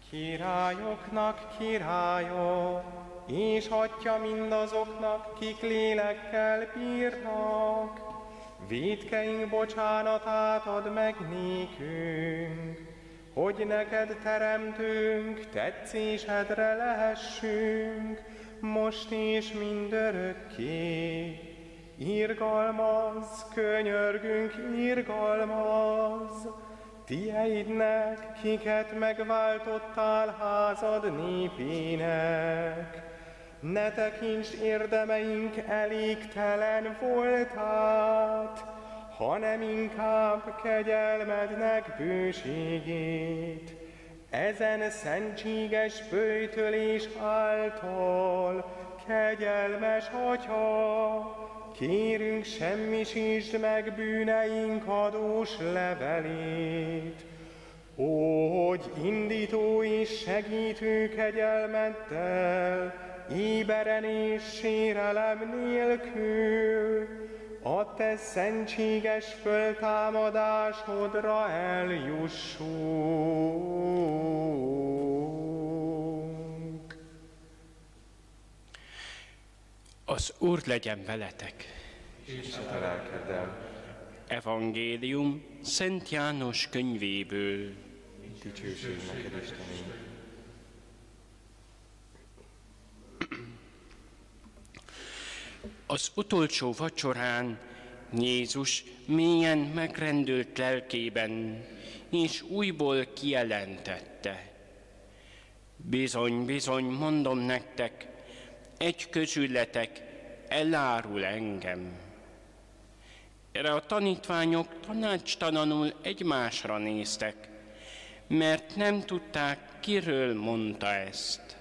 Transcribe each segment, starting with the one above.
Királyoknak királya, és Atya mindazoknak, kik lélekkel bírnak. Vétkeink bocsánatát add meg nékünk, hogy neked teremtünk, tetszésedre lehessünk, most és mindörökké. Irgalmazz, könyörgünk, irgalmazz, Tieidnek, kiket megváltottál házad népének. Ne tekintsd érdemeink elégtelen voltát, hanem inkább kegyelmednek bőségét. Ezen szentséges böjtölés által, kegyelmes Atya, kérünk, semmisítsd meg bűneink adós levelét, hogy indító és segítő kegyelmeddel, éberen és sérelem nélkül, a te szentséges föltámadásodra eljussunk. Az Úr legyen veletek! És a te lelkeddel. Evangélium Szent János könyvéből. Dicsőség neked, Istenünk! Az utolsó vacsorán Jézus mélyen megrendült lelkében, és újból kijelentette: Bizony, bizony, mondom nektek, egy közületek elárul engem. Erre a tanítványok tanácstalanul egymásra néztek, mert nem tudták, kiről mondta ezt.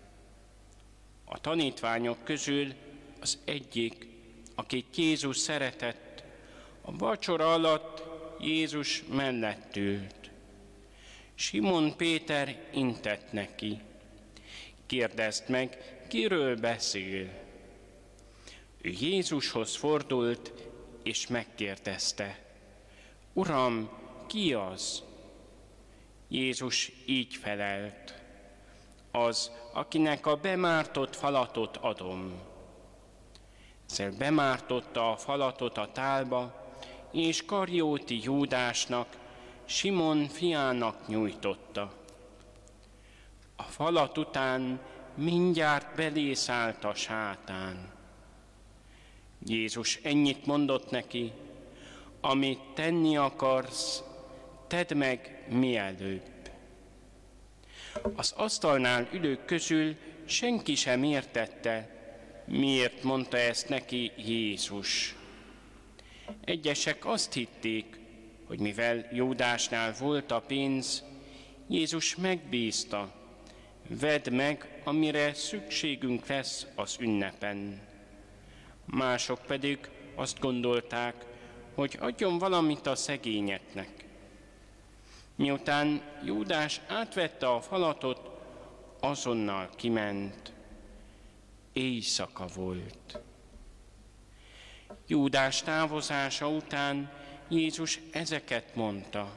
A tanítványok közül az egyik, akit Jézus szeretett, a vacsora alatt Jézus mellett ült. Simon Péter intett neki: Kérdezd meg, kiről beszél? Ő Jézushoz fordult, és megkérdezte: Uram, ki az? Jézus így felelt: Az, akinek a bemártott falatot adom. Ezzel bemártotta a falatot a tálba, és Karjóti Júdásnak, Simon fiának nyújtotta. A falat után mindjárt belészállt a sátán. Jézus ennyit mondott neki: Amit tenni akarsz, tedd meg mielőbb. Az asztalnál ülők közül senki sem értette, miért mondta ezt neki Jézus. Egyesek azt hitték, hogy mivel Júdásnál volt a pénz, Jézus megbízta: Vedd meg, amire szükségünk lesz az ünnepen. Mások pedig azt gondolták, hogy adjon valamit a szegényeknek. Miután Júdás átvette a falatot, azonnal kiment. Éjszaka volt. Júdás távozása után Jézus ezeket mondta: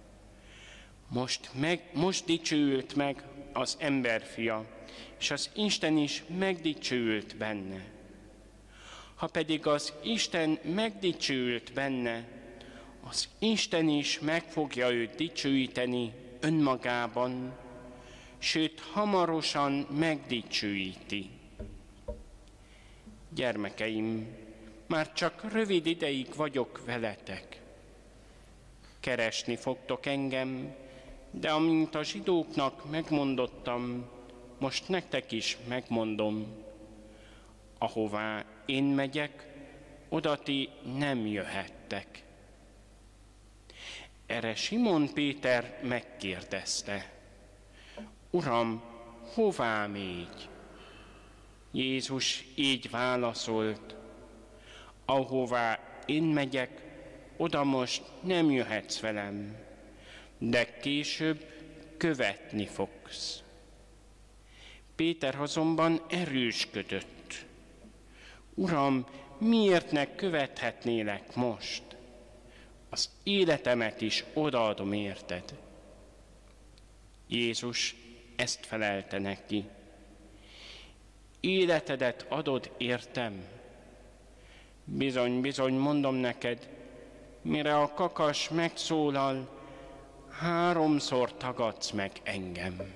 Most dicsőült meg az emberfia, és az Isten is megdicsőült benne. Ha pedig az Isten megdicsőült benne, az Isten is meg fogja őt dicsőíteni önmagában, sőt, hamarosan megdicsőíti. Gyermekeim, már csak rövid ideig vagyok veletek. Keresni fogtok engem, de amint a zsidóknak megmondottam, most nektek is megmondom: ahová én megyek, oda ti nem jöhettek. Erre Simon Péter megkérdezte: Uram, hová mégy? Jézus így válaszolt: Ahová én megyek, oda most nem jöhetsz velem, de később követni fogsz. Péter azonban erősködött: Uram, miért ne követhetnélek most? Az életemet is odaadom érted. Jézus ezt felelte neki. Életedet adod értem? Bizony, bizony, mondom neked, mire a kakas megszólal, 3-szor tagadsz meg engem.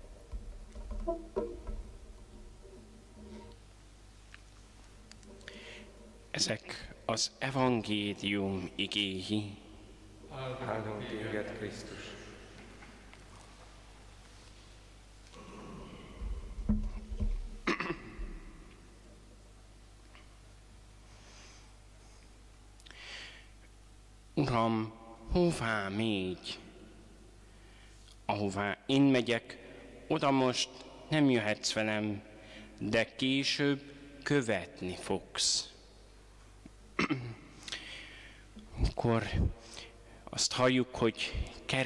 Ezek az evangélium igéi. Áldunk téged, Krisztus! Uram, hová mégy? Ahová én megyek, oda most nem jöhetsz velem, de később követni fogsz. Akkor azt halljuk, hogy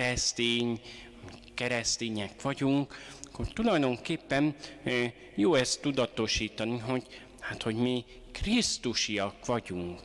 keresztények vagyunk, akkor tulajdonképpen jó ezt tudatosítani, hogy mi krisztusiak vagyunk.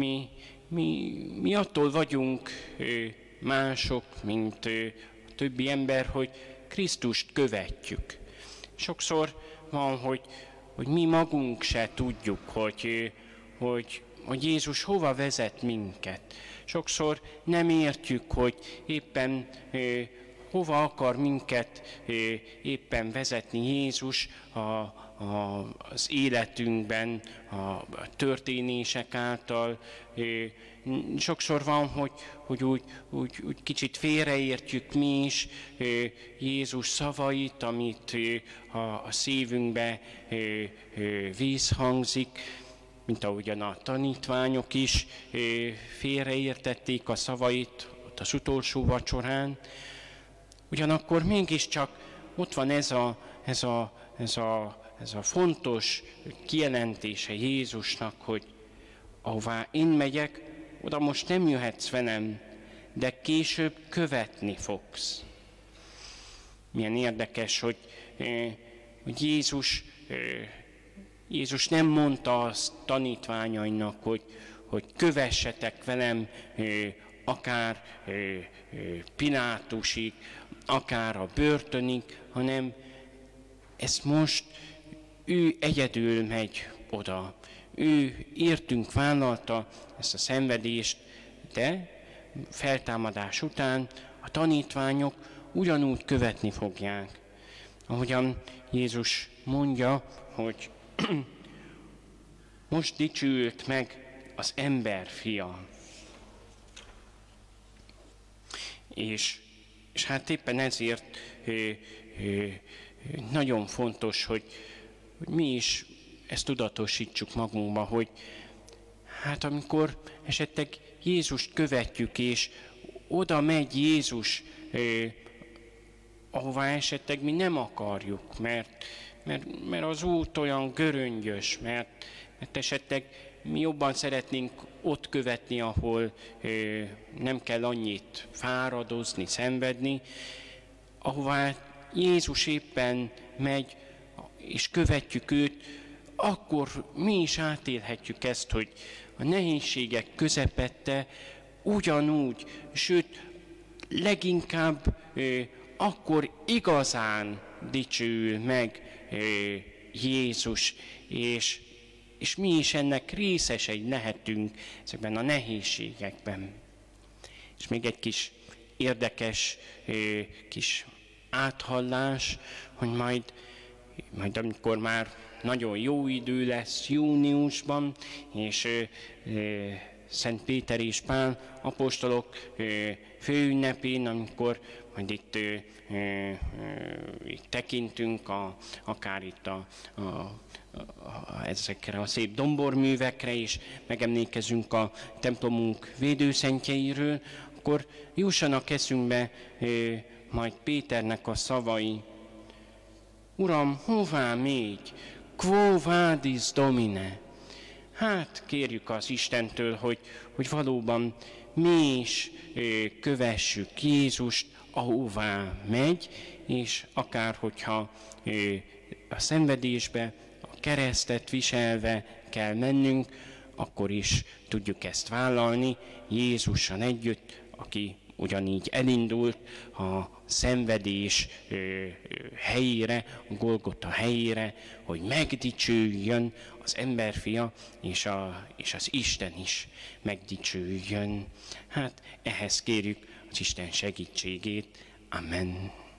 Mi attól vagyunk mások, mint a többi ember, hogy Krisztust követjük. Sokszor van, hogy mi magunk se tudjuk, hogy Jézus hova vezet minket. Sokszor nem értjük, hogy éppen hova akar minket éppen vezetni Jézus az életünkben, a történések által. Sokszor van, hogy úgy kicsit félreértjük mi is Jézus szavait, amit a szívünkbe vízhangzik, mint ahogyan a tanítványok is félreértették a szavait ott az utolsó vacsorán. Ugyanakkor mégiscsak ott van ez a fontos kijelentése Jézusnak, hogy ahová én megyek, oda most nem jöhetsz velem, de később követni fogsz. Milyen érdekes, hogy Jézus nem mondta azt tanítványainak, hogy kövessetek velem akár Pilátusig, akár a börtönig, hanem ezt most ő egyedül megy oda. Ő értünk vállalta ezt a szenvedést, de feltámadás után a tanítványok ugyanúgy követni fogják. Ahogyan Jézus mondja, hogy most dicsült meg az ember fia. És hát éppen ezért nagyon fontos, hogy mi is ezt tudatosítsuk magunkba, hogy hát amikor esetleg Jézust követjük, és oda megy Jézus, ahová esetleg mi nem akarjuk, mert az út olyan göröngyös, mert esetleg mi jobban szeretnénk ott követni, ahol nem kell annyit fáradozni, szenvedni, ahová Jézus éppen megy, és követjük őt, akkor mi is átélhetjük ezt, hogy a nehézségek közepette ugyanúgy, sőt, leginkább akkor igazán dicsőül meg Jézus, és mi is ennek részesei lehetünk ezekben a nehézségekben. És még egy kis érdekes kis áthallás, hogy majd amikor már nagyon jó idő lesz júniusban, és Szent Péter és Pál apostolok főünnepén, amikor majd itt tekintünk akár itt ezekre a szép domborművekre, és megemlékezünk a templomunk védőszentjeiről, akkor jussanak eszünkbe majd Péternek a szavai. Uram, hová mégy? Quo vadis, Domine? Hát kérjük az Istentől, hogy valóban mi is kövessük Jézust, ahová megy, és akár hogyha a szenvedésbe, a keresztet viselve kell mennünk, akkor is tudjuk ezt vállalni Jézussal együtt, aki ugyanígy elindult a szenvedés helyére, a Golgota helyére, hogy megdicsőjön az emberfia, és az Isten is megdicsőjön. Hát ehhez kérjük az Isten segítségét. Amen.